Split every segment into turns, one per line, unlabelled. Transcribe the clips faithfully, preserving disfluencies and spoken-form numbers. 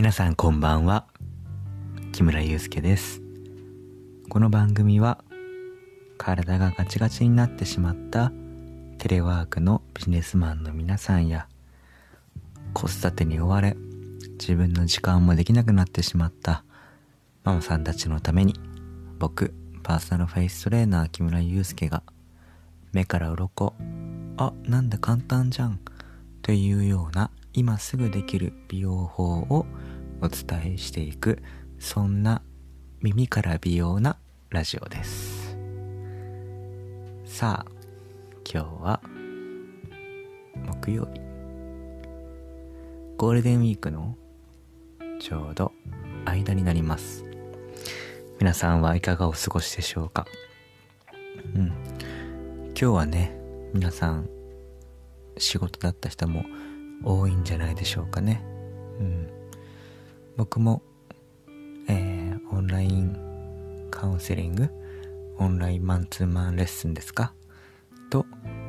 皆さんこんばんは、木村祐介です。この番組は体がガチガチになってしまったテレワークのビジネスマンの皆さんや、子育てに追われ自分の時間もできなくなってしまったママさんたちのために、僕パーソナルフェイストレーナー木村祐介が目から鱗、あ、なんだ簡単じゃんというような今すぐできる美容法をお伝えしていく、そんな耳から美容なラジオです。さあ、今日は木曜日、ゴールデンウィークのちょうど間になります。皆さんはいかがお過ごしでしょうか。うん今日はね、皆さん仕事だった人も多いんじゃないでしょうかね。うん僕も、えー、オンラインカウンセリング、オンラインマンツーマンレッスンですかと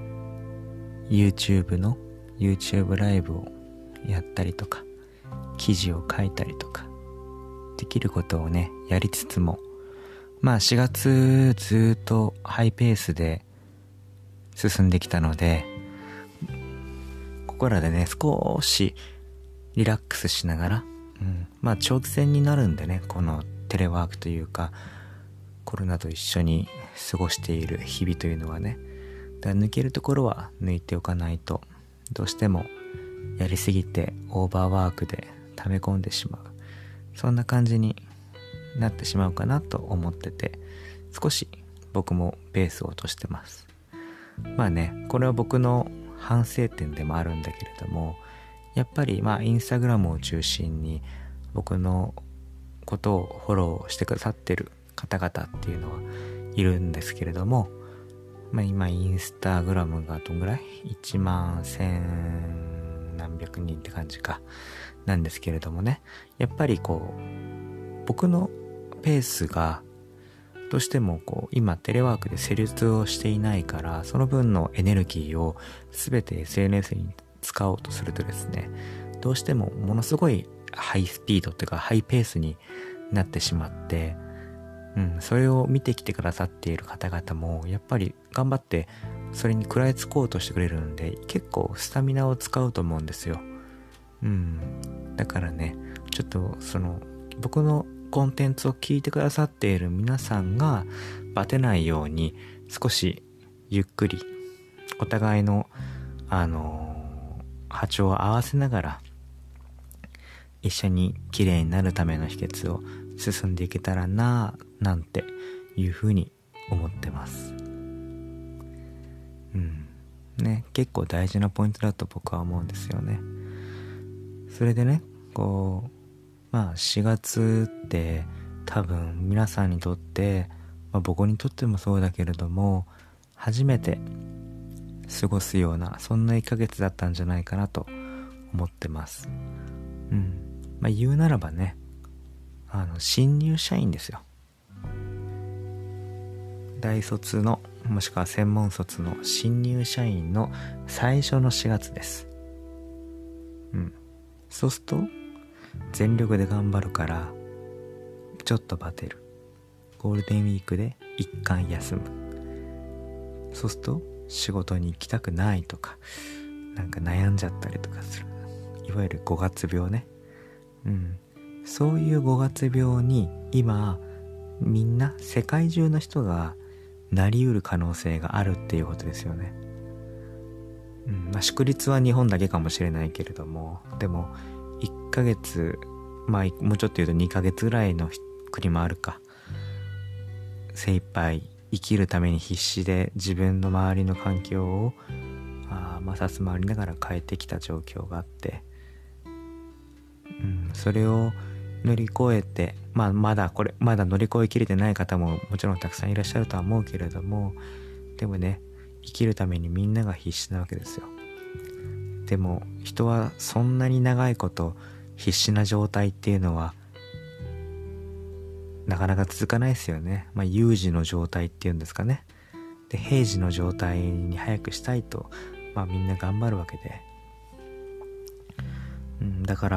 YouTube の YouTube ライブをやったりとか、記事を書いたりとか、できることをねやりつつも、まあしがつずっとハイペースで進んできたので、ここらでね少しリラックスしながら、うん、まあ長期戦になるんでね、このテレワークというかコロナと一緒に過ごしている日々というのはね、だから抜けるところは抜いておかないと、どうしてもやりすぎてオーバーワークで溜め込んでしまう、そんな感じになってしまうかなと思ってて、少し僕もペースを落としてます。まあね、これは僕の反省点でもあるんだけれども、やっぱりまあインスタグラムを中心に僕のことをフォローしてくださってる方々っていうのはいるんですけれども、まあ今インスタグラムがどんぐらいいちまんせん何百人って感じかなんですけれどもね、やっぱりこう僕のペースがどうしてもこう今テレワークで施術をしていないから、その分のエネルギーを全て エスエヌエス に使おうとするとですね、どうしてもものすごいハイスピードっていうかハイペースになってしまって、うん、それを見てきてくださっている方々もやっぱり頑張ってそれに食らいつこうとしてくれるんで、結構スタミナを使うと思うんですよ。うん、だからね、ちょっとその僕のコンテンツを聞いてくださっている皆さんがバテないように、少しゆっくりお互いのあのー波長を合わせながら一緒に綺麗になるための秘訣を進んでいけたらなぁなんていうふうに思ってます。うんね、結構大事なポイントだと僕は思うんですよね。それでね、こうまあしがつって多分皆さんにとって、まあ、僕にとってもそうだけれども初めて過ごすような、そんないっかげつだったんじゃないかなと思ってます。うんまあ言うならばね、あの新入社員ですよ。大卒のもしくは専門卒の新入社員の最初のしがつです。うんそうすると全力で頑張るからちょっとバテる、ゴールデンウィークで一旦休む、そうすると仕事に行きたくないとか、なんか悩んじゃったりとかする、いわゆるごがつ病ね。うんそういうごがつ病に今みんな世界中の人がなりうる可能性があるっていうことですよね。うんまあ祝日は日本だけかもしれないけれども、でもいっかげつ、まあもうちょっと言うとにかげつぐらいの国もあるか、精一杯生きるために必死で自分の周りの環境をあ摩擦回りながら変えてきた状況があって、うん、それを乗り越えて、まあまだこれまだ乗り越えきれてない方ももちろんたくさんいらっしゃるとは思うけれども、でもね、生きるためにみんなが必死なわけですよ。でも人はそんなに長いこと必死な状態っていうのはなかなか続かないですよね。まあ有事の状態っていうんですかね。で平時の状態に早くしたいと、まあみんな頑張るわけで、うん、だから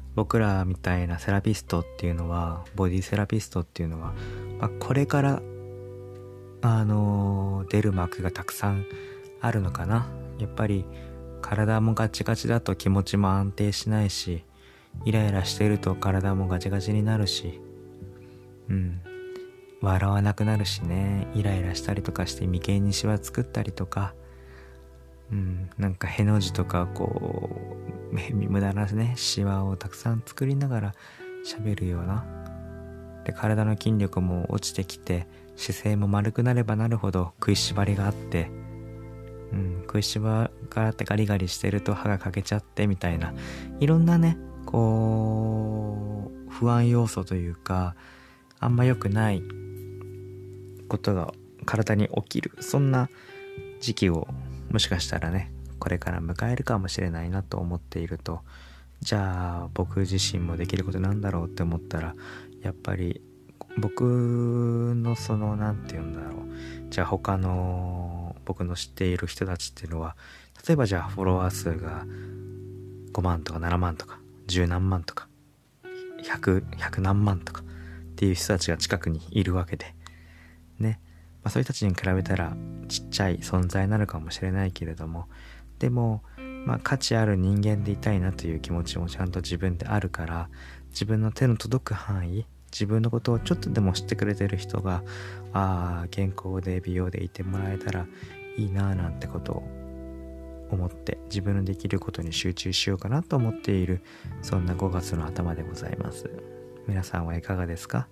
僕らみたいなセラピストっていうのは、ボディセラピストっていうのは、まあ、これからあのー出る幕がたくさんあるのかな。やっぱり体もガチガチだと気持ちも安定しないし、イライラしてると体もガチガチになるし、うん笑わなくなるしね。イライラしたりとかして眉間にシワ作ったりとか、うんなんかへの字とかこう無駄なねシワをたくさん作りながら喋るような、で体の筋力も落ちてきて姿勢も丸くなればなるほど食いしばりがあって、うん、食いしばがあってガリガリしてると歯が欠けちゃってみたいな、いろんなねこう不安要素というか、あんま良くないことが体に起きる、そんな時期をもしかしたらねこれから迎えるかもしれないなと思っていると、じゃあ僕自身もできることなんだろうって思ったら、やっぱり僕のそのなんて言うんだろう、じゃあ他の僕の知っている人たちっていうのは、例えばじゃあフォロワー数がごまんとかななまんとかじゅうなんまんとかひゃく、ひゃくなんまんとかっていう人たちが近くにいるわけでね、まあ、そういう人たちに比べたらちっちゃい存在なのかもしれないけれども、でも、まあ、価値ある人間でいたいなという気持ちもちゃんと自分であるから、自分の手の届く範囲、自分のことをちょっとでも知ってくれてる人が、ああ健康で美容でいてもらえたらいいななんてことを思って、自分のできることに集中しようかなと思っている、そんなごがつの頭でございます。皆さんはいかがですか？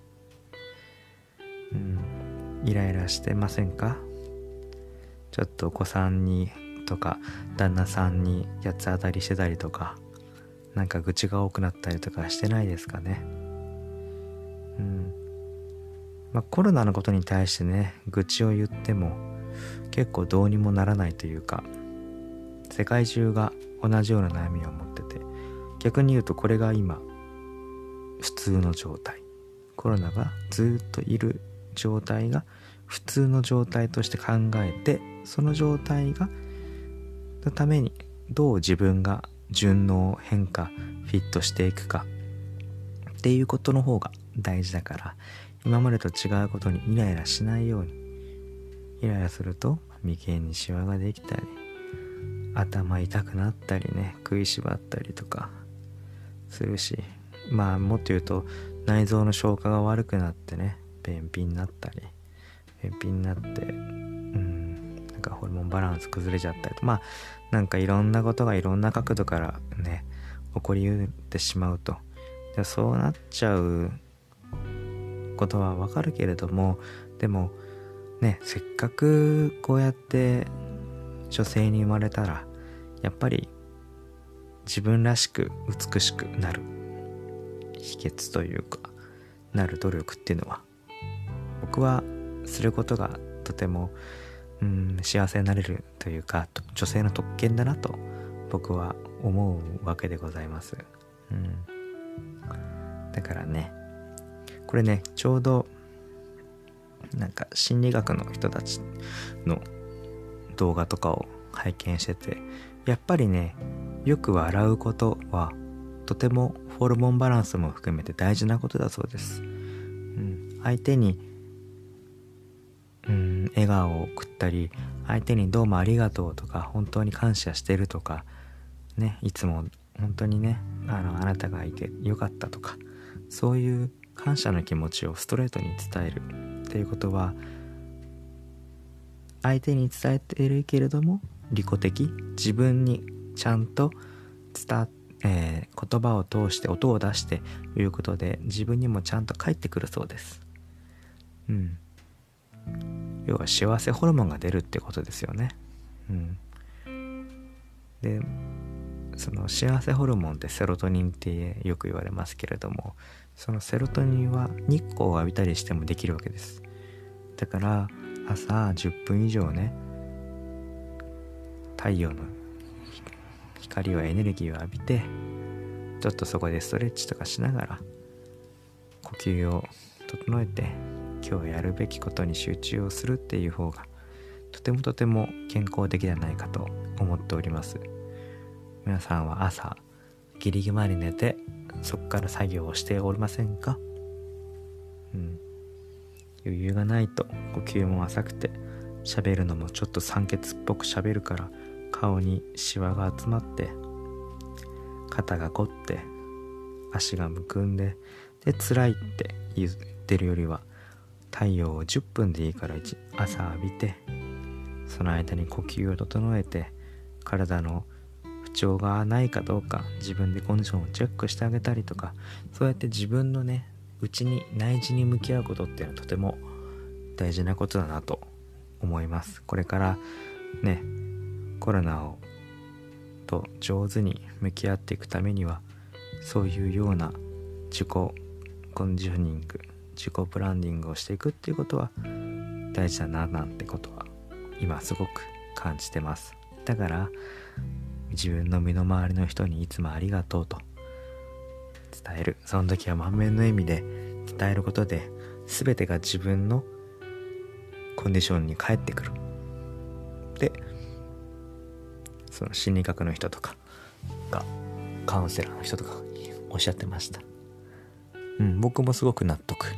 うんイライラしてませんか？ちょっとお子さんにとか旦那さんに八つ当たりしてたりとか、なんか愚痴が多くなったりとかしてないですかね。うんまあコロナのことに対してね愚痴を言っても結構どうにもならないというか、世界中が同じような悩みを持ってて、逆に言うとこれが今普通の状態、コロナがずっといる状態が普通の状態として考えて、その状態がのためにどう自分が順応変化フィットしていくかっていうことの方が大事だから、今までと違うことにイライラしないように。イライラすると眉間にシワができたり、頭痛くなったりね、食いしばったりとかするし、まあもっと言うと内臓の消化が悪くなってね、便秘になったり便秘になってうんなんかホルモンバランス崩れちゃったりと、まあなんかいろんなことがいろんな角度からね起こりうってしまうと、でそうなっちゃうことはわかるけれども、でもねせっかくこうやって女性に生まれたら、やっぱり自分らしく美しくなる秘訣というかなる努力っていうのは僕はすることがとてもうん幸せになれるというか、女性の特権だなと僕は思うわけでございます。うん、だからねこれねちょうどなんか心理学の人たちの動画とかを拝見してて、やっぱりねよく笑うことはとてもホルモンバランスも含めて大事なことだそうです。うん、相手にうん笑顔を送ったり、相手にどうもありがとうとか本当に感謝してるとかね、いつも本当にね あのあなたがいてよかったとか、そういう感謝の気持ちをストレートに伝えるっていうことは、相手に伝えているけれども利己的、自分にちゃんと伝わ、えー、言葉を通して音を出していうことで自分にもちゃんと返ってくるそうです。うん。要は幸せホルモンが出るってことですよね。うん。で、その幸せホルモンってセロトニンってよく言われますけれども、そのセロトニンは日光を浴びたりしてもできるわけです。だから朝じゅっぷん以上ね、太陽の光をエネルギーを浴びて、ちょっとそこでストレッチとかしながら呼吸を整えて今日やるべきことに集中をするっていう方がとてもとても健康的ではないかと思っております。皆さんは朝ギリギリまで寝てそこから作業をしておりませんか？うん、余裕がないと呼吸も浅くて喋るのもちょっと酸欠っぽく喋るから顔にシワが集まって肩が凝って足がむくんでで辛いって言ってるよりは太陽をじゅっぷんでいいから朝浴びてその間に呼吸を整えて体の不調がないかどうか自分でコンディションをチェックしてあげたりとか、そうやって自分のね内に内耳に向き合うことっていうのはとても大事なことだなと思います。これからねコロナをと上手に向き合っていくためにはそういうような自己コンディショニング自己ブランディングをしていくっていうことは大事だななんてことは今すごく感じてます。だから自分の身の回りの人にいつもありがとうと伝える、その時は満面の笑みで伝えることで全てが自分のコンディションに返ってくる。でその心理学の人とかがカウンセラーの人とかおっしゃってました。うん、僕もすごく納得。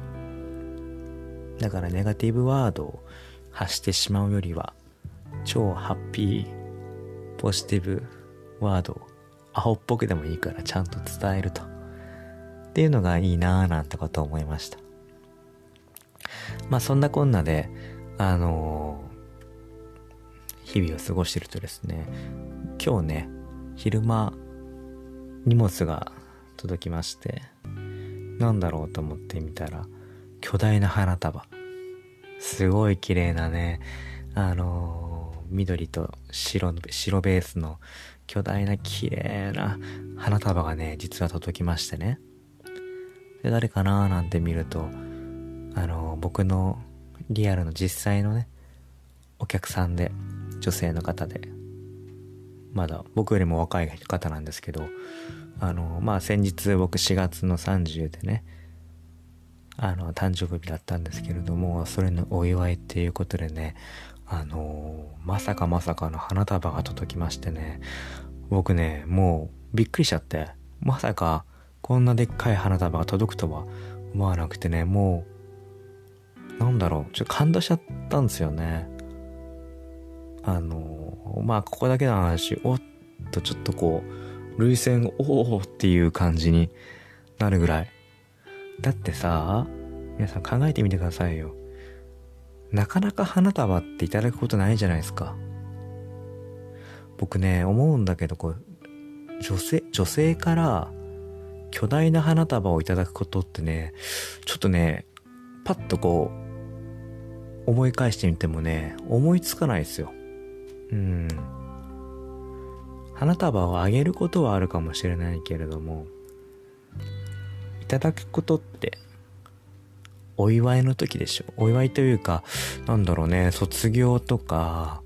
だからネガティブワードを発してしまうよりは超ハッピーポジティブワードをアホっぽくでもいいからちゃんと伝えるとっていうのがいいなぁなんてことを思いました。まあそんなこんなであのー、日々を過ごしてるとですね、今日ね昼間荷物が届きまして、なんだろうと思ってみたら巨大な花束、すごい綺麗なねあのー緑と白の白ベースの巨大な綺麗な花束がね実は届きましてね。で誰かなーなんて見るとあの僕のリアルの実際のねお客さんで女性の方で、まだ僕よりも若い方なんですけど、あのまあ先日僕しがつのさんじゅうでねあの誕生日だったんですけれども、それのお祝いっていうことでねあのー、まさかまさかの花束が届きましてね、僕ねもうびっくりしちゃって、まさかこんなでっかい花束が届くとは思わなくてね、もうなんだろうちょっと感動しちゃったんですよね。あのー、まあここだけの話、おっとちょっとこう涙腺おおっていう感じになるぐらい。だってさ皆さん考えてみてくださいよ。なかなか花束っていただくことないじゃないですか。僕ね思うんだけど、こう女性女性から巨大な花束をいただくことってねちょっとねパッとこう思い返してみてもね思いつかないですよ。うん花束をあげることはあるかもしれないけれども、いただくことってお祝いの時でしょ。お祝いというかなんだろうね、卒業とか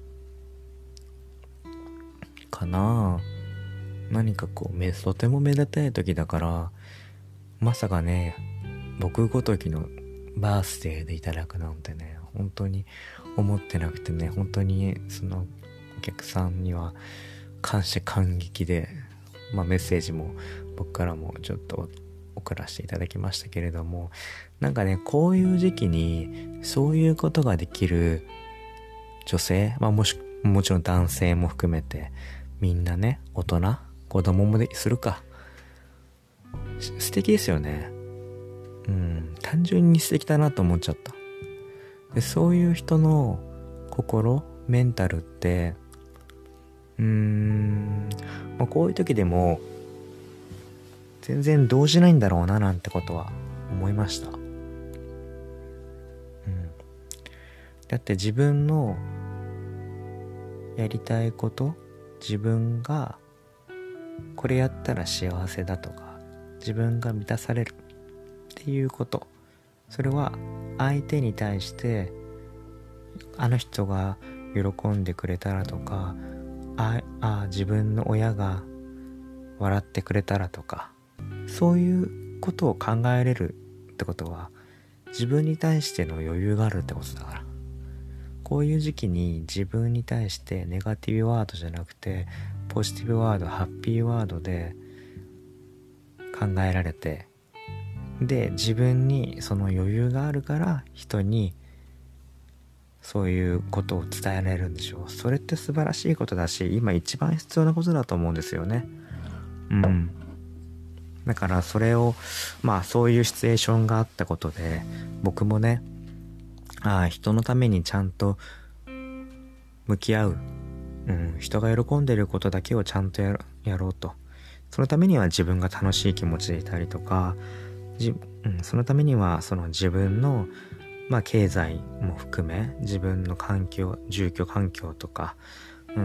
かな、何かこうめとてもめでたい時だから、まさかね僕ごときのバースデーでいただくなんてね本当に思ってなくてね、本当にそのお客さんには感謝感激で、まあメッセージも僕からもちょっと送らせていただきましたけれども、なんかねこういう時期にそういうことができる女性、まあもしもちろん男性も含めてみんなね、大人子供もでするか、素敵ですよね。うん単純に素敵だなと思っちゃった。でそういう人の心メンタルってうーん、まあ、こういう時でも全然動じないんだろうななんてことは思いました。うん、だって自分のやりたいこと、自分がこれやったら幸せだとか自分が満たされるっていうこと、それは相手に対してあの人が喜んでくれたらとか、ああ自分の親が笑ってくれたらとか、そういうことを考えれるってことは自分に対しての余裕があるってことだから、こういう時期に自分に対してネガティブワードじゃなくてポジティブワード、ハッピーワードで考えられて、で自分にその余裕があるから人にそういうことを伝えられるんでしょう。それって素晴らしいことだし、今一番必要なことだと思うんですよね。うんだからそれをまあそういうシチュエーションがあったことで、僕もね、ああ人のためにちゃんと向き合う、うん、人が喜んでることだけをちゃんとやろ、やろうと。そのためには自分が楽しい気持ちでいたりとか、じ、うん、そのためにはその自分の、まあ、経済も含め自分の環境、住居環境とか、うん、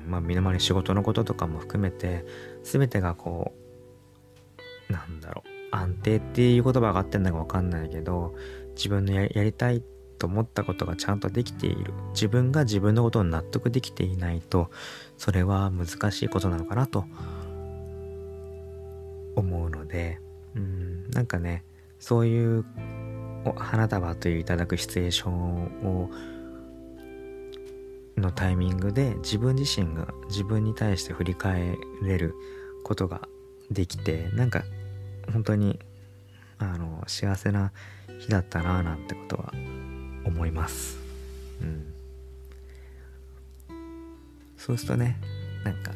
まあ、身の回り仕事のこととかも含めて全てがこうなんだろう、安定っていう言葉が合ってんだか分かんないけど、自分のやり、やりたいと思ったことがちゃんとできている、自分が自分のことを納得できていないと、それは難しいことなのかなと思うので、うん、なんかね、そういう花束といういただくシチュエーションをのタイミングで自分自身が自分に対して振り返れることができて、なんか本当にあの幸せな日だったななんてことは思います。うん。そうするとね、なんか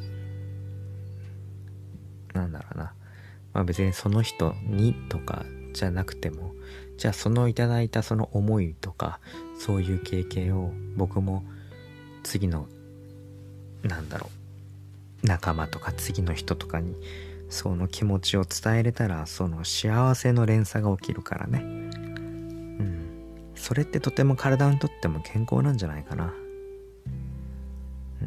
なんだろうな、まあ別にその人にとかじゃなくても、じゃあそのいただいたその思いとかそういう経験を僕も次のなんだろう仲間とか次の人とかにその気持ちを伝えれたら、その幸せの連鎖が起きるからね。うん。それってとても体にとっても健康なんじゃないかな。うん。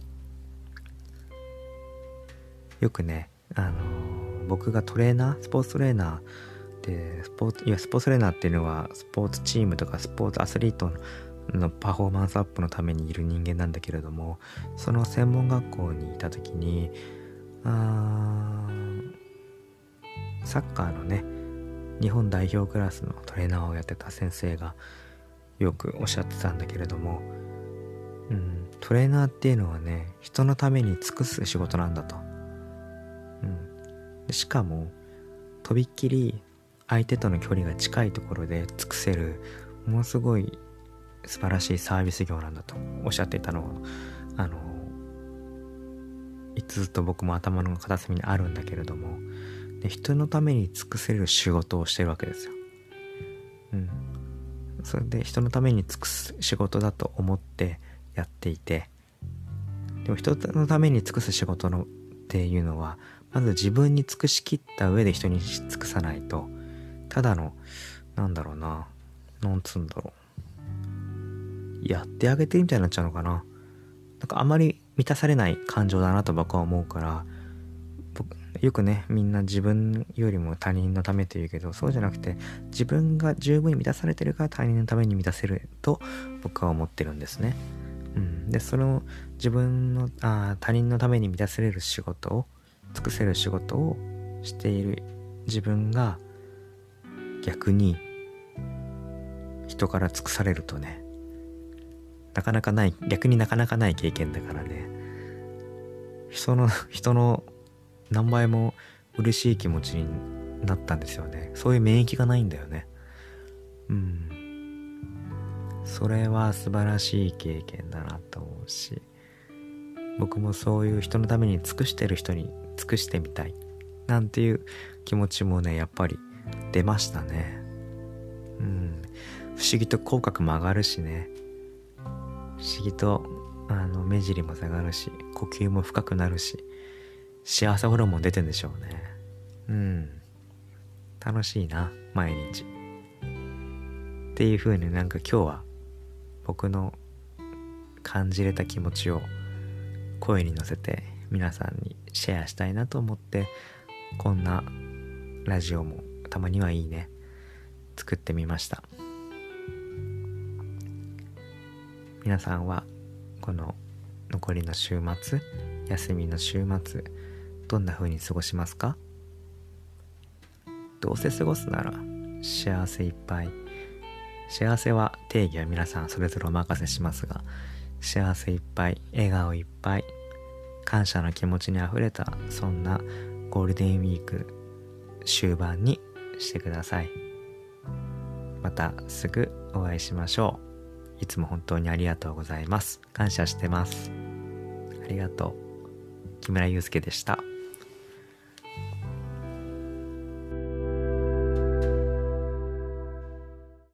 よくね、あのー、僕がトレーナー、スポーツトレーナーで、スポーツ、いやスポーツトレーナーっていうのはスポーツチームとかスポーツアスリートののパフォーマンスアップのためにいる人間なんだけれども、その専門学校にいた時にあサッカーのね日本代表クラスのトレーナーをやってた先生がよくおっしゃってたんだけれども、うん、トレーナーっていうのはね、人のために尽くす仕事なんだと、うん、でしかもとびっきり相手との距離が近いところで尽くせるものすごい素晴らしいサービス業なんだとおっしゃっていたのを、あのずっと僕も頭の片隅にあるんだけれども、で人のために尽くせる仕事をしてるわけですよ。うん。それで人のために尽くす仕事だと思ってやっていて、でも人のために尽くす仕事のっていうのはまず自分に尽くしきった上で人に尽くさないと、ただのなんだろうな、なんつうんだろう、やってあげてるみたいになっちゃうのかな。なんかあまり満たされない感情だなと僕は思うから、よくねみんな自分よりも他人のためって言うけど、そうじゃなくて自分が十分に満たされてるから他人のために満たせると僕は思ってるんですね。うん、でその自分のあ他人のために満たせれる仕事を尽くせる仕事をしている自分が逆に人から尽くされるとね、なかなかない、逆になかなかない経験だからね、人の人の何倍も嬉しい気持ちになったんですよね。そういう免疫がないんだよね。うん。それは素晴らしい経験だなと思うし、僕もそういう人のために尽くしてる人に尽くしてみたいなんていう気持ちもねやっぱり出ましたね。うん。不思議と口角も上がるしね、不思議とあの目尻も下がるし、呼吸も深くなるし、幸せホルモン出てんでしょうね。うん。楽しいな毎日っていう風に、なんか今日は僕の感じれた気持ちを声に乗せて皆さんにシェアしたいなと思って、こんなラジオもたまにはいいね作ってみました。皆さんはこの残りの週末、休みの週末どんな風に過ごしますか？どうせ過ごすなら幸せいっぱい、幸せは定義は皆さんそれぞれお任せしますが、幸せいっぱい、笑顔いっぱい、感謝の気持ちにあふれたそんなゴールデンウィーク終盤にしてください。またすぐお会いしましょう。いつも本当にありがとうございます。感謝してます。ありがとう。木村祐介でした。